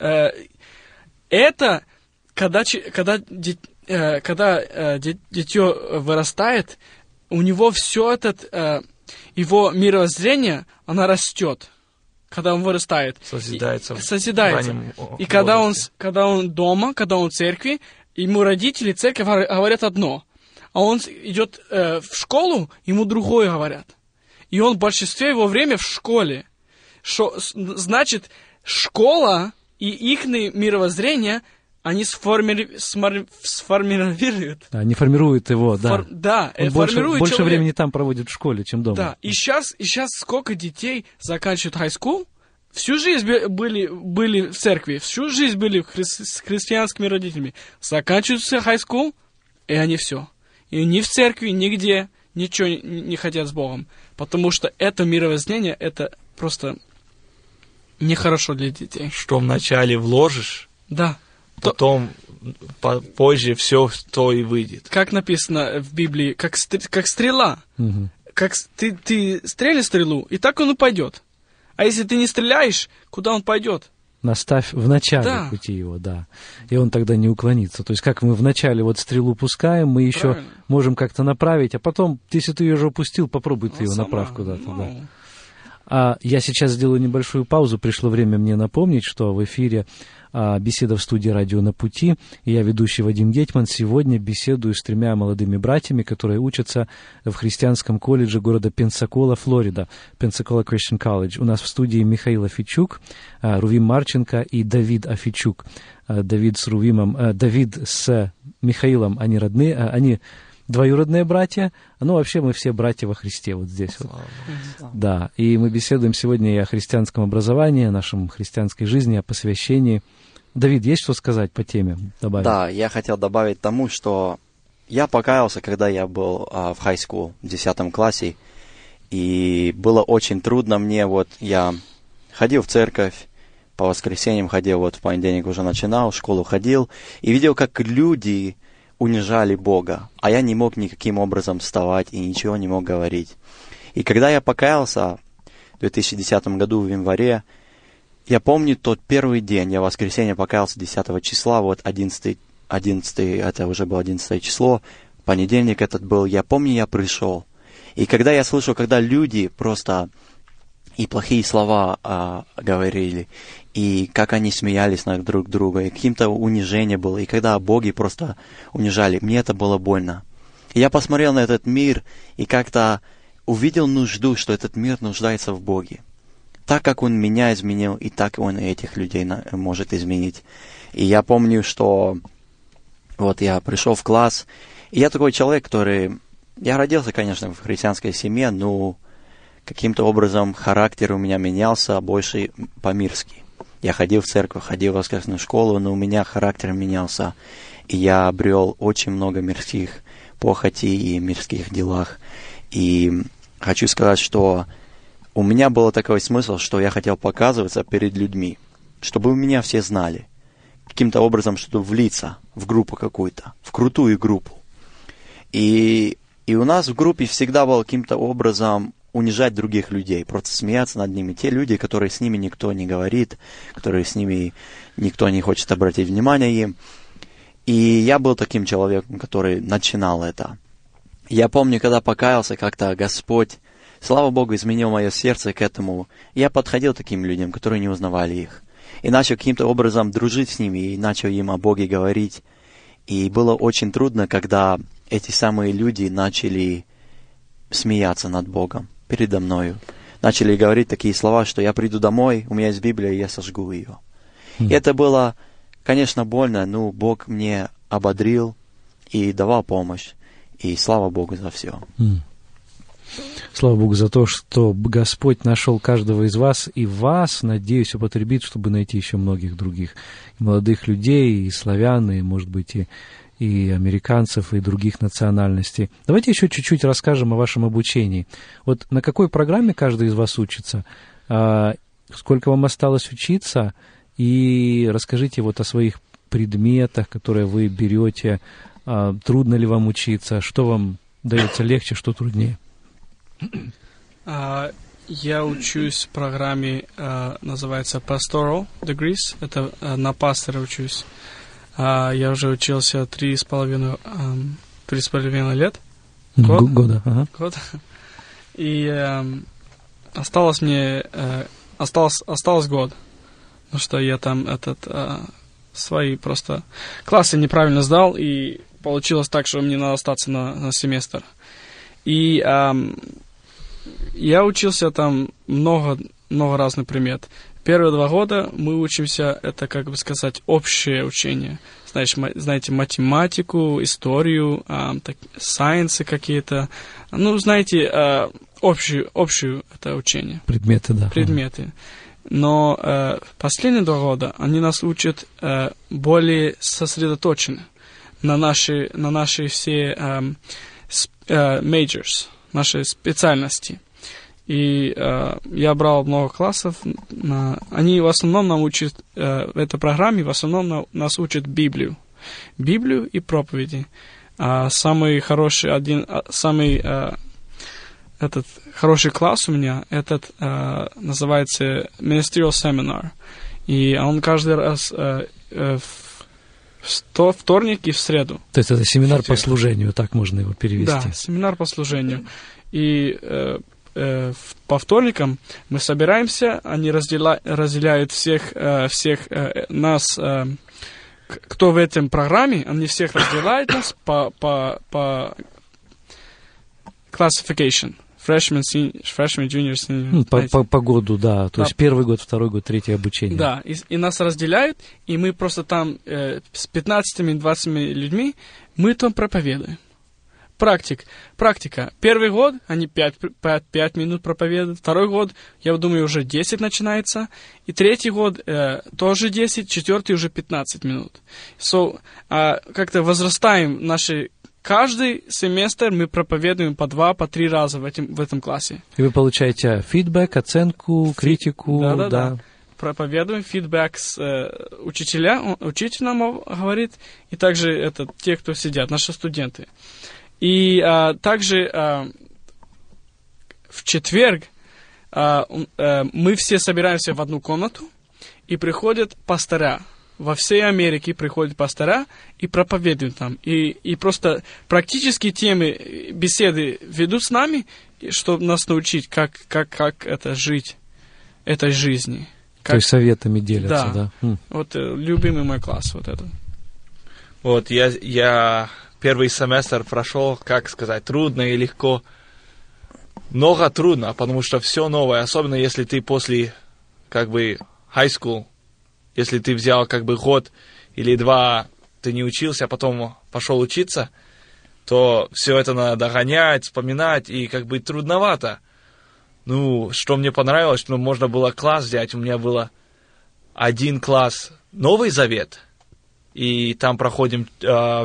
Это, когда, когда, когда дитё вырастает, у него все это, его мировоззрение, оно растет. Когда он вырастает. Созидается. И, созидается. И когда он, когда он дома, когда он в церкви, ему родители, церковь говорят одно. А он идет э, в школу, ему другое говорят. И он в большинстве его время в школе. Шо, значит, школа и их мировоззрение, они сформи... сформируют. Они формируют его, да. Фор... Да, он больше, больше времени там проводит в школе, чем дома. Да, и сейчас, и сейчас сколько детей заканчивают high school, всю жизнь были, были в церкви, всю жизнь были хри... с христианскими родителями, заканчивают high school, и они все. И ни в церкви, нигде ничего не, не хотят с Богом, потому что это мировоззрение, это просто нехорошо для детей. Что вначале вложишь, да. потом по позже все то и выйдет. Как написано в Библии, как, стр- как стрела. Угу. Как ты, ты стреляешь стрелу, и так он и пойдет. А если ты не стреляешь, куда он пойдет? Наставь в начале да. пути его, да. И он тогда не уклонится. То есть, как мы в начале вот стрелу пускаем, мы еще Правильно. можем как-то направить, а потом, если ты ее уже упустил, попробуй ты ее направь куда-то. Ну. Да. А я сейчас сделаю небольшую паузу. Пришло время мне напомнить, что в эфире а, беседа в студии «Радио на пути». И я, ведущий Вадим Гетман, сегодня беседую с тремя молодыми братьями, которые учатся в христианском колледже города Пенсакола, Флорида, Pensacola Christian College. У нас в студии Михаил Афичук, а, Рувим Марченко и Давид Афичук. А, Давид с Рувимом, а, Давид с Михаилом, они родные, а, они двоюродные братья. Ну, вообще мы все братья во Христе вот здесь. Вот. Да, и мы беседуем сегодня и о христианском образовании, о нашем христианской жизни, о посвящении. Давид, есть что сказать по теме? Добавить? Да, я хотел добавить тому, что я покаялся, когда я был а, в high school, в десятом классе, и было очень трудно мне, вот я ходил в церковь, по воскресеньям ходил, вот в понедельник уже начинал, в школу ходил, и видел, как люди унижали Бога, а я не мог никаким образом вставать и ничего не мог говорить. И когда я покаялся в две тысячи десятом году в январе, я помню тот первый день, я в воскресенье покаялся десятого числа, вот одиннадцатый, одиннадцатый, это уже было одиннадцатое число, понедельник этот был, я помню, я пришел. И когда я слышал, когда люди просто и плохие слова а, говорили, и как они смеялись над друг друга, и каким-то унижение было, и когда боги просто унижали, мне это было больно. И я посмотрел на этот мир и как-то увидел нужду, что этот мир нуждается в Боге. Так как Он меня изменил, и так Он и этих людей может изменить. И я помню, что вот я пришел в класс, и я такой человек, который... Я родился, конечно, в христианской семье, но каким-то образом характер у меня менялся больше по-мирски. Я ходил в церковь, ходил в воскресную школу, но у меня характер менялся. И я обрел очень много мирских похотей и мирских делах. И хочу сказать, что у меня был такой смысл, что я хотел показываться перед людьми, чтобы меня все знали. Каким-то образом, чтобы влиться в группу какую-то, в крутую группу. И, и у нас в группе всегда было каким-то образом унижать других людей, просто смеяться над ними. Те люди, которые с ними никто не говорит, которые с ними никто не хочет обратить внимание им. И я был таким человеком, который начинал это. Я помню, когда покаялся, как-то Господь, слава Богу, изменил мое сердце к этому. Я подходил к таким людям, которые не узнавали их. И начал каким-то образом дружить с ними, и начал им о Боге говорить. И было очень трудно, когда эти самые люди начали смеяться над Богом передо мною. Начали говорить такие слова, что я приду домой, у меня есть Библия, и я сожгу ее. Mm. И это было, конечно, больно, но Бог мне ободрил и давал помощь. И слава Богу за все. Mm. Слава Богу за то, что Господь нашел каждого из вас, и вас, надеюсь, употребит, чтобы найти еще многих других и молодых людей, и славян, и, может быть, и, и американцев, и других национальностей. Давайте еще чуть-чуть расскажем о вашем обучении. Вот на какой программе каждый из вас учится? Сколько вам осталось учиться? И расскажите вот о своих предметах, которые вы берете. Трудно ли вам учиться? Что вам дается легче, что труднее? Uh, я учусь в программе, uh, называется Pastoral Degrees. Это uh, на пастора учусь. Uh, я уже учился три с половиной, um, три с половиной лет. Год. Года. Ага. Год. И um, осталось мне uh, осталось, осталось год. Потому что я там этот uh, свои просто классы неправильно сдал, и получилось так, что мне надо остаться на, на семестр. И um, я учился там много, много разных предметов. Первые два года мы учимся, это, как бы сказать, общее учение. Знаешь, знаете, математику, историю, а, так, сайенсы какие-то. Ну, знаете, а, общую, общую это учение. Предметы, да. Предметы. Но а, последние два года они нас учат а, более сосредоточенно на наши, на наши все а, сп, а, majors, наши специальности. И э, я брал много классов. На... Они в основном нам учат, э, в этой программе, в основном на... нас учат Библию. Библию и проповеди. А самый хороший, один, самый э, этот хороший класс у меня, этот э, называется Ministerial Seminar. И он каждый раз э, э, в вторник и в среду. То есть это семинар по служению, так можно его перевести. Да, семинар по служению. И э, по вторникам мы собираемся, они разделя, разделяют всех, э, всех э, нас, э, кто в этом программе, они всех разделяют нас по, по, по classification. Freshman, senior, freshman, junior, senior. Ну, по, по, по году, да. То да. есть первый год, второй год, третий обучение. Да, и, и нас разделяют, и мы просто там э, с пятнадцатью-двадцатью людьми, мы там проповедуем. практик, практика. Первый год они пять, пять, пять минут проповедуют, второй год, я думаю, уже десять начинается, и третий год э, тоже десять, четвертый уже пятнадцать минут. So, э, как-то возрастаем наши... Каждый семестр мы проповедуем по два, по три раза в, этим, в этом классе. И вы получаете фидбэк, оценку, критику. Да, да, да. да. Проповедуем, фидбэк с э, учителя, учитель нам говорит, и также это те, кто сидят, наши студенты. И э, также э, в четверг э, э, мы все собираемся в одну комнату, и приходят пастора. Во всей Америке приходят пастора и проповедуют там. И, и просто практические темы, беседы ведут с нами, чтобы нас научить, как, как, как это жить, этой жизни. Как... То есть советами делятся, да. да. М. Вот э, любимый мой класс, вот это. Вот, я, я первый семестр прошел, как сказать, трудно и легко. Много трудно, потому что все новое, особенно если ты после, как бы, high school, если ты взял как бы год или два, ты не учился, а потом пошел учиться, то все это надо догонять, вспоминать, и как бы трудновато. Ну, что мне понравилось, что можно было класс взять, у меня было один класс Новый Завет, и там проходим э,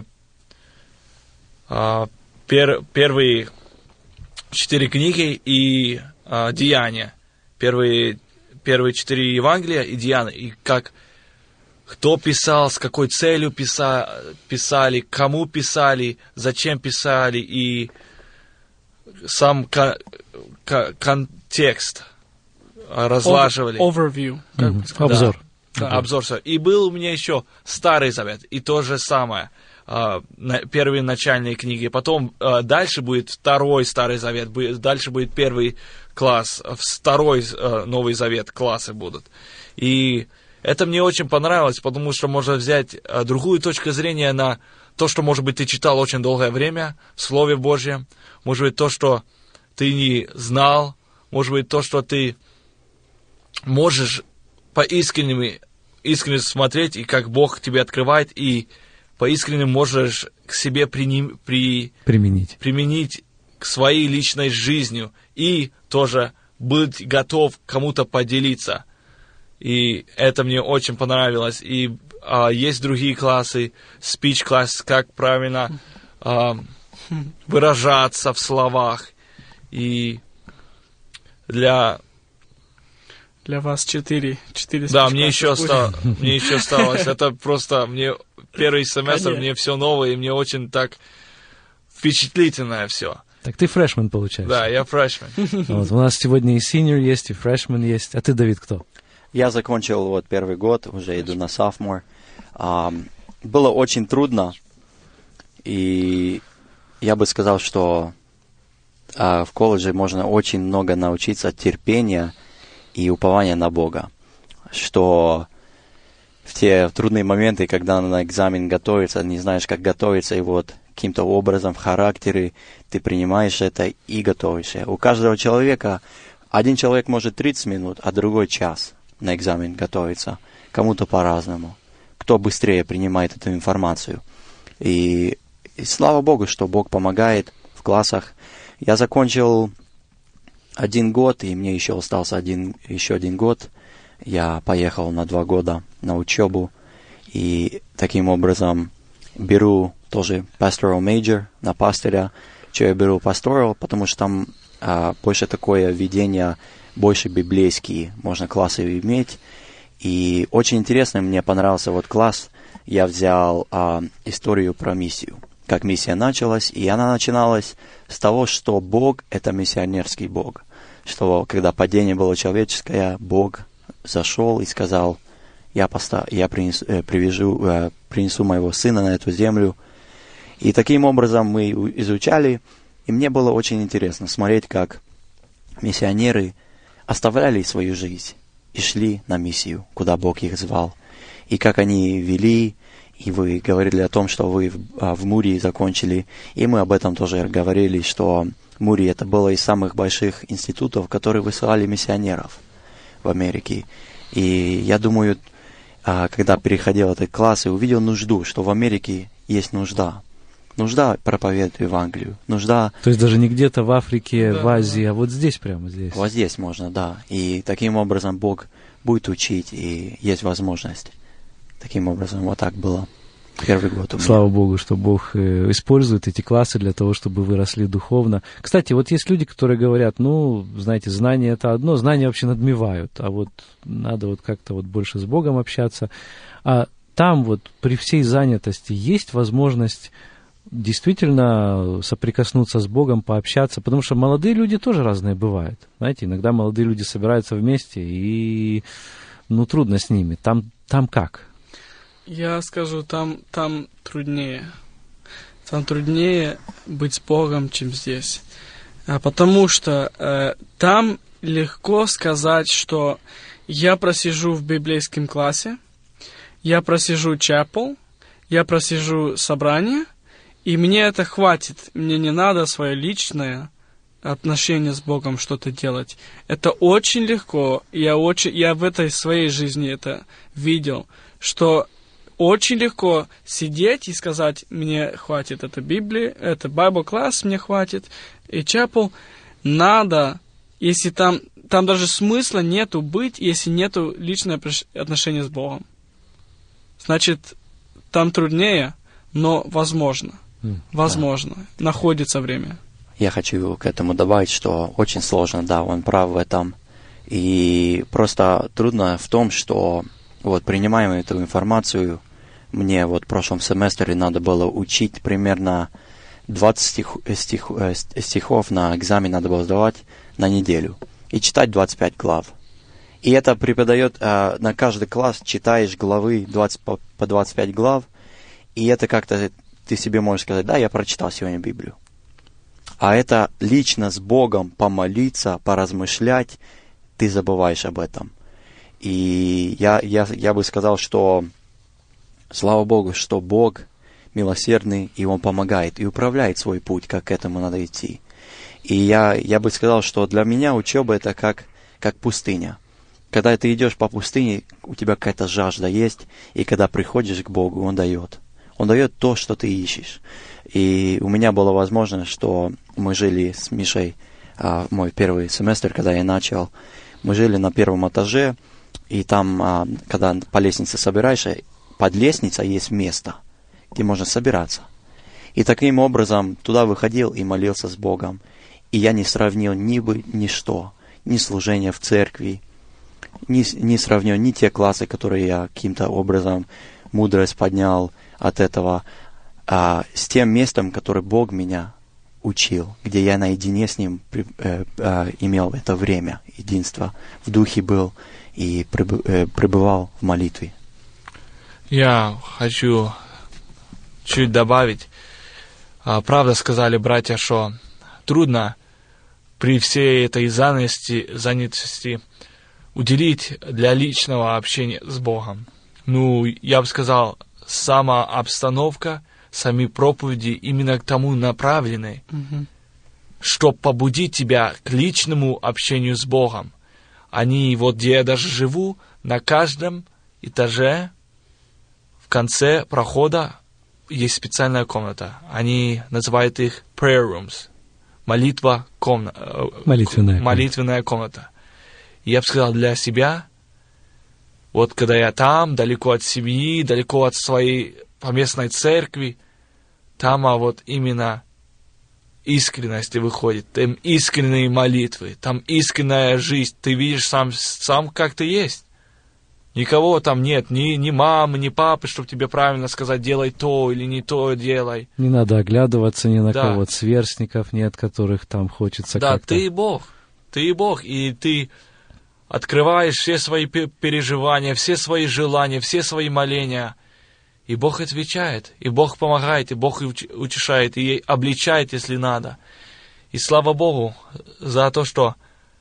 э, пер, первые четыре книги и э, Деяния, первые Первые четыре Евангелия и Деяния, и как, кто писал, с какой целью писа, писали, кому писали, зачем писали, и сам кон, кон, контекст разлаживали. Overview. Как Mm-hmm. бы сказать. Обзор. Да, да. Обзор. И был у меня еще Старый Завет, и то же самое. Первые начальные книги. Потом дальше будет второй Старый Завет, дальше будет первый класс, второй Новый Завет классы будут. И это мне очень понравилось, потому что можно взять другую точку зрения на то, что, может быть, ты читал очень долгое время в Слове Божьем, может быть, то, что ты не знал, может быть, то, что ты можешь по-искреннему искренне смотреть, и как Бог тебе открывает, и по-искреннему можешь к себе приним, при, применить. применить к своей личной жизни, и тоже быть готов кому-то поделиться. И это мне очень понравилось. И а, есть другие классы, speech класс, как правильно а, выражаться в словах. И для... Для вас четыре. четыре да, мне еще, оста... мне еще осталось. Это просто мне первый семестр, Конечно. мне все новое, и мне очень так впечатлительное все. Так ты фрешмен, получается. Да, я фрешмен. Вот, у нас сегодня и senior есть, и фрешмен есть. А ты, Давид, кто? Я закончил вот первый год, уже иду на sophomore. Um, было очень трудно, и я бы сказал, что uh, в колледже можно очень много научиться терпения и упования на Бога. Что в те трудные моменты, когда на экзамен готовится, не знаешь, как готовиться, и вот каким-то образом в характере ты принимаешь это и готовишься. У каждого человека, один человек может тридцать минут, а другой час на экзамен готовиться. Кому-то по-разному. Кто быстрее принимает эту информацию. И, и слава Богу, что Бог помогает в классах. Я закончил один год, и мне еще остался один, еще один год. Я поехал на два года на учебу. И таким образом беру тоже pastoral major на пастыря. Что я беру pastoral? Потому что там а, больше такое видение, больше библейские можно классы иметь. И очень интересно, мне понравился вот класс. Я взял а, историю про миссию. Как миссия началась, и она начиналась с того, что Бог — это миссионерский Бог. Что когда падение было человеческое, Бог зашел и сказал: я, поста- я принесу, э, привяжу, э, принесу моего сына на эту землю. И таким образом мы изучали, и мне было очень интересно смотреть, как миссионеры оставляли свою жизнь и шли на миссию, куда Бог их звал. И как они вели, и вы говорили о том, что вы в, в Мури закончили, и мы об этом тоже говорили, что Мури — это было из самых больших институтов, которые высылали миссионеров в Америке. И я думаю, когда переходил этот класс и увидел нужду, что в Америке есть нужда, нужда проповедовать Евангелию, нужда... То есть даже не где-то в Африке, Да, в Азии, да. а вот здесь, прямо здесь. Вот здесь можно, да. И таким образом Бог будет учить, и есть возможность. Таким образом, вот так было первый год у меня. Слава Богу, что Бог э, использует эти классы для того, чтобы вы росли духовно. Кстати, вот есть люди, которые говорят, ну, знаете, знания это одно, знания вообще надмевают, а вот надо вот как-то вот больше с Богом общаться. А там вот при всей занятости есть возможность действительно соприкоснуться с Богом, пообщаться, потому что молодые люди тоже разные бывают. Знаете, иногда молодые люди собираются вместе, и ну, трудно с ними. Там, там как? Я скажу, там, там труднее. Там труднее быть с Богом, чем здесь. А потому что э, там легко сказать, что я просижу в библейском классе, я просижу чапел, я просижу собрание, и мне это хватит. Мне не надо свое личное отношение с Богом что-то делать. Это очень легко. Я, очень, я в этой своей жизни это видел, что очень легко сидеть и сказать, мне хватит это Библии, это Bible класс, мне хватит, и чапел. Надо, если там, там даже смысла нету быть, если нету личного отношения с Богом. Значит, там труднее, но возможно. Mm, возможно. Да. Находится время. Я хочу к этому добавить, что очень сложно, да, он прав в этом. И просто трудно в том, что вот принимаем эту информацию, мне вот в прошлом семестре надо было учить примерно двадцать стих, стих, стихов на экзамен надо было сдавать на неделю и читать двадцать пять глав. И это преподает э, на каждый класс, читаешь главы двадцать, по, по двадцать пять глав, и это как-то ты себе можешь сказать, да, я прочитал сегодня Библию. А это лично с Богом помолиться, поразмышлять, ты забываешь об этом. И я, я, я бы сказал, что слава Богу, что Бог милосердный, и Он помогает, и управляет свой путь, как к этому надо идти. И я, я бы сказал, что для меня учеба это как, как пустыня. Когда ты идешь по пустыне, у тебя какая-то жажда есть, и когда приходишь к Богу, Он дает. Он дает то, что ты ищешь. И у меня была возможность, что мы жили с Мишей, а, мой первый семестр, когда я начал, мы жили на первом этаже, и там, а, когда по лестнице собираешься, под лестницей есть место, где можно собираться. И таким образом туда выходил и молился с Богом. И я не сравнил ни бы, ни что, ни служение в церкви, не, не сравнил ни те классы, которые я каким-то образом мудрость поднял от этого, а, с тем местом, которое Бог меня учил, где я наедине с Ним при, э, э, имел это время, единство, в духе был и пребы, э, пребывал в молитве. Я хочу чуть добавить. А, правда сказали братья, что трудно при всей этой занятости, занятости уделить для личного общения с Богом. Ну, я бы сказал, сама обстановка, сами проповеди именно к тому направлены, Mm-hmm. чтобы побудить тебя к личному общению с Богом. Они, вот где я даже живу, на каждом этаже, в конце прохода есть специальная комната. Они называют их prayer rooms. Молитва комната. Молитвенная, молитвенная комната. И я бы сказал, для себя, вот когда я там, далеко от семьи, далеко от своей поместной церкви, там а вот именно искренность выходит, там искренние молитвы, там искренняя жизнь. Ты видишь сам, сам как ты есть. Никого там нет, ни, ни мамы, ни папы, чтобы тебе правильно сказать, делай то или не то делай. Не надо оглядываться ни на Да. кого, сверстников нет, которых там хочется Да, как-то... ты и Бог, ты и Бог, и ты открываешь все свои переживания, все свои желания, все свои моления, и Бог отвечает, и Бог помогает, и Бог утешает, и обличает, если надо. И слава Богу за то, что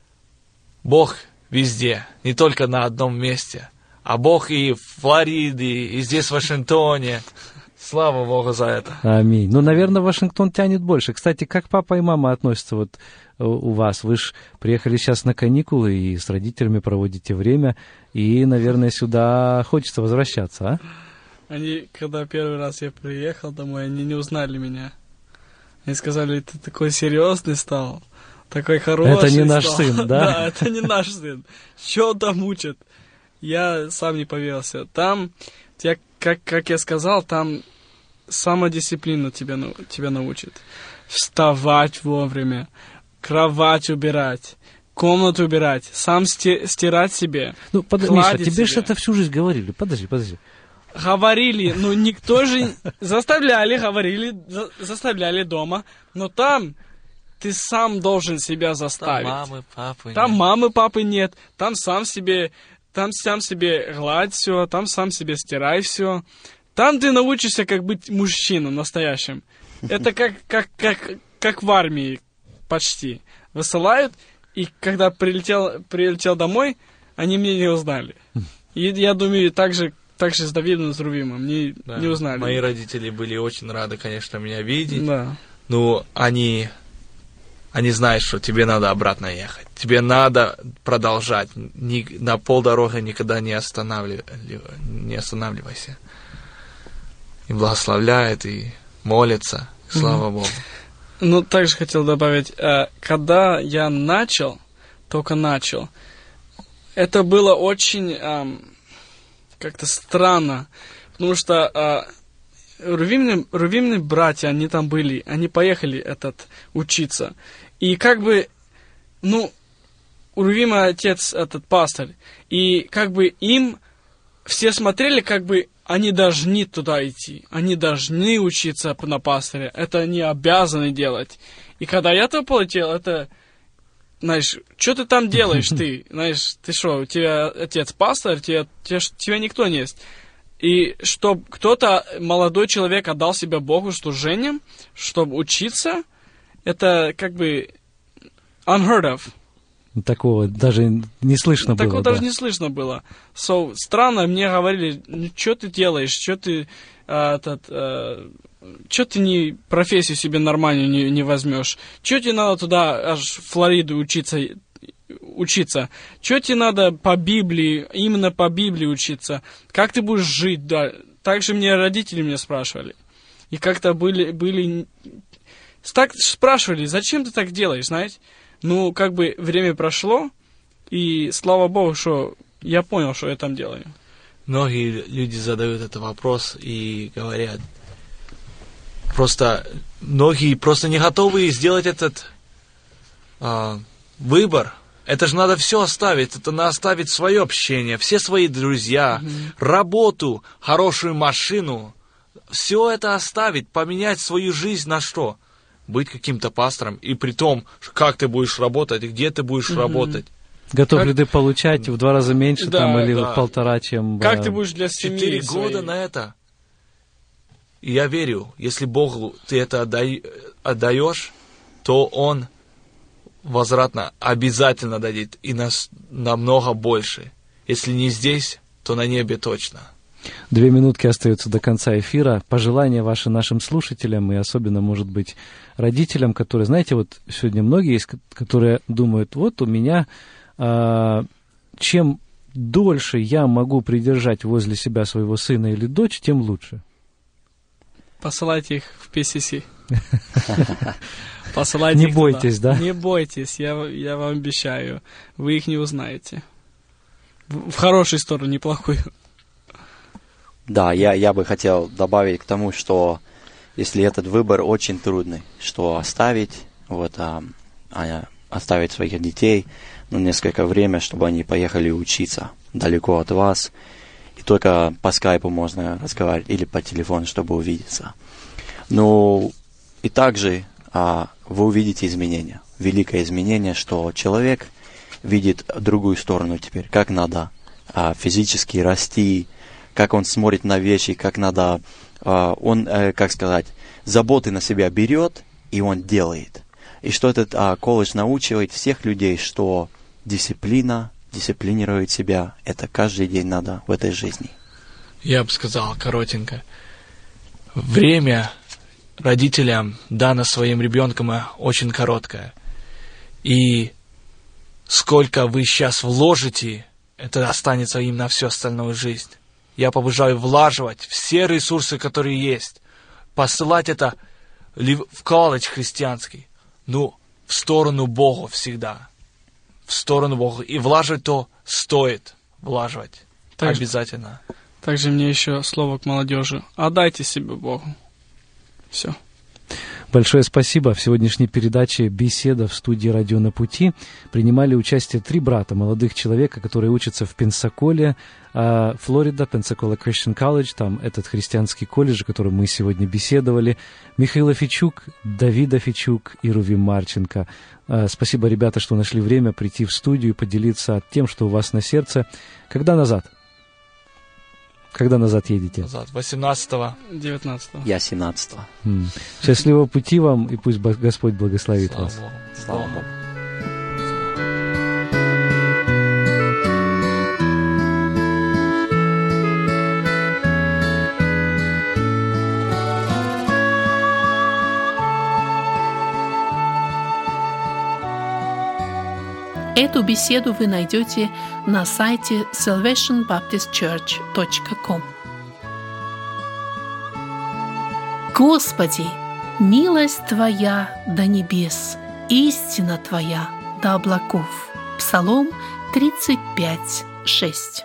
Бог везде, не только на одном месте, а Бог и в Флориде, и здесь в Вашингтоне. Слава Богу за это. Аминь. Ну, наверное, Вашингтон тянет больше. Кстати, как папа и мама относятся вот у вас? Вы же приехали сейчас на каникулы и с родителями проводите время, и, наверное, сюда хочется возвращаться, а? Они, когда первый раз я приехал домой, они не узнали меня. Они сказали, ты такой серьезный стал, такой хороший. Это не наш стал. сын, да? Да, это не наш сын. Что он там учит? Я сам не поверился. Там, тебя, как, как я сказал, там самодисциплина тебя, тебя научит. Вставать вовремя, кровать убирать, комнату убирать, сам сти- стирать себе. Ну, под... Миша, тебе же это всю жизнь говорили. Подожди, подожди. Говорили, ну никто же... Заставляли, говорили, за, заставляли дома, но там ты сам должен себя заставить. Там мамы, папы Там нет. мамы, папы нет, там сам себе... Там сам себе гладь все, там сам себе стирай все. Там ты научишься, как быть мужчиной настоящим. Это как, как, как, как в армии почти. Высылают, и когда прилетел, прилетел домой, они меня не узнали. И я думаю, так же, так же с Давидом, с Рувимом, не, Да. не узнали. Мои родители были очень рады, конечно, меня видеть. Да. Но они, они знают, что тебе надо обратно ехать. Тебе надо продолжать. Ни, на полдороги никогда не, останавливай, не останавливайся. И благословляет, и молится. Слава Богу. Ну, также хотел добавить, э, когда я начал, только начал, это было очень э, как-то странно, потому что э, Рувимные, Рувимные братья, они там были, они поехали этот, учиться. И как бы, ну, у Рувима отец этот пастырь, и как бы им все смотрели, как бы они должны туда идти, они должны учиться на пастыре, это они обязаны делать. И когда я туда полетел, это, знаешь, что ты там делаешь, ты, знаешь, ты что, у тебя отец пастырь, тебя, тебя, тебя никто не есть. И чтобы кто-то, молодой человек, отдал себя Богу служением, чтобы учиться, это как бы unheard of. Такого даже не слышно Такого было. даже да. не слышно было. So, странно, мне говорили, ну, что ты делаешь, что ты, а, этот, а, что ты не профессию себе нормальную не, не возьмешь, что тебе надо туда, аж в Флориду учиться, учиться, что тебе надо по Библии, именно по Библии учиться, как ты будешь жить, да. Также мне родители меня спрашивали. И как-то были, были, так спрашивали, зачем ты так делаешь, знаете? Ну, как бы время прошло, и слава Богу, что я понял, что я там делаю. Многие люди задают этот вопрос и говорят, просто многие просто не готовы сделать этот а, выбор. Это же надо все оставить, это надо оставить свое общение, все свои друзья, mm-hmm. работу, хорошую машину. Все это оставить, поменять свою жизнь на что? Быть каким-то пастором, и при том, как ты будешь работать, где ты будешь mm-hmm. работать. Готов как... ли ты получать в два раза меньше да, там, или да. в полтора, чем... Как а... ты будешь для семьи Четыре своей... года на это. И я верю, если Богу ты это отдай... отдаешь, то Он возвратно обязательно дадит, и нас намного больше. Если не здесь, то на небе точно. Две минутки остаются до конца эфира. Пожелания ваши нашим слушателям и особенно, может быть, родителям, которые, знаете, вот сегодня многие есть, которые думают, вот у меня, а, чем дольше я могу придержать возле себя своего сына или дочь, тем лучше. Посылайте их в пи си си. Посылайте Не их бойтесь, туда. да? Не бойтесь, я, я вам обещаю. Вы их не узнаете. В, в хорошую сторону, не плохую. Да, я, я бы хотел добавить к тому, что если этот выбор очень трудный, что оставить, вот, а, а, оставить своих детей на несколько время, чтобы они поехали учиться далеко от вас, и только по скайпу можно разговаривать или по телефону, чтобы увидеться. Ну, и также а, вы увидите изменения, великое изменение, что человек видит другую сторону теперь, как надо а, физически расти, как он смотрит на вещи, как надо, э, он, э, как сказать, заботы на себя берет, и он делает. И что этот э, колледж научивает всех людей, что дисциплина, дисциплинировать себя, это каждый день надо в этой жизни. Я бы сказал коротенько. Время родителям дано своим ребенкам очень короткое. И сколько вы сейчас вложите, это останется им на всю остальную жизнь. я побуждаю влаживать все ресурсы, которые есть, посылать это в колледж христианский, ну, в сторону Бога всегда, в сторону Бога. И влаживать то стоит, влаживать Так, обязательно. Также мне еще слово к молодежи. Отдайте себе Богу. Все. Большое спасибо. В сегодняшней передаче «Беседа» в студии «Радио на пути» принимали участие три брата, молодых человека, которые учатся в Пенсаколе, Флорида, Пенсакола Christian College, там этот христианский колледж, о котором мы сегодня беседовали, Михаил Офичук, Давид Офичук и Рувим Марченко. Спасибо, ребята, что нашли время прийти в студию и поделиться тем, что у вас на сердце. Когда назад? Когда назад едете? Назад, восемнадцатого. девятнадцатого. Я семнадцатого. М. Счастливого пути вам, и пусть Господь благословит Слава вас. Богу. Слава Богу. Эту беседу вы найдете на сайте salvation baptist church точка com. Господи, милость Твоя до небес, истина Твоя до облаков. Псалом тридцать пять, шесть.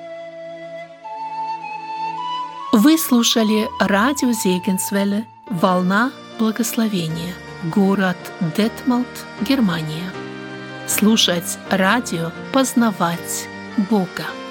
Вы слушали радио Зегенсвелле «Волна благословения», город Детмолд, Германия. Слушать радио, познавать Бога.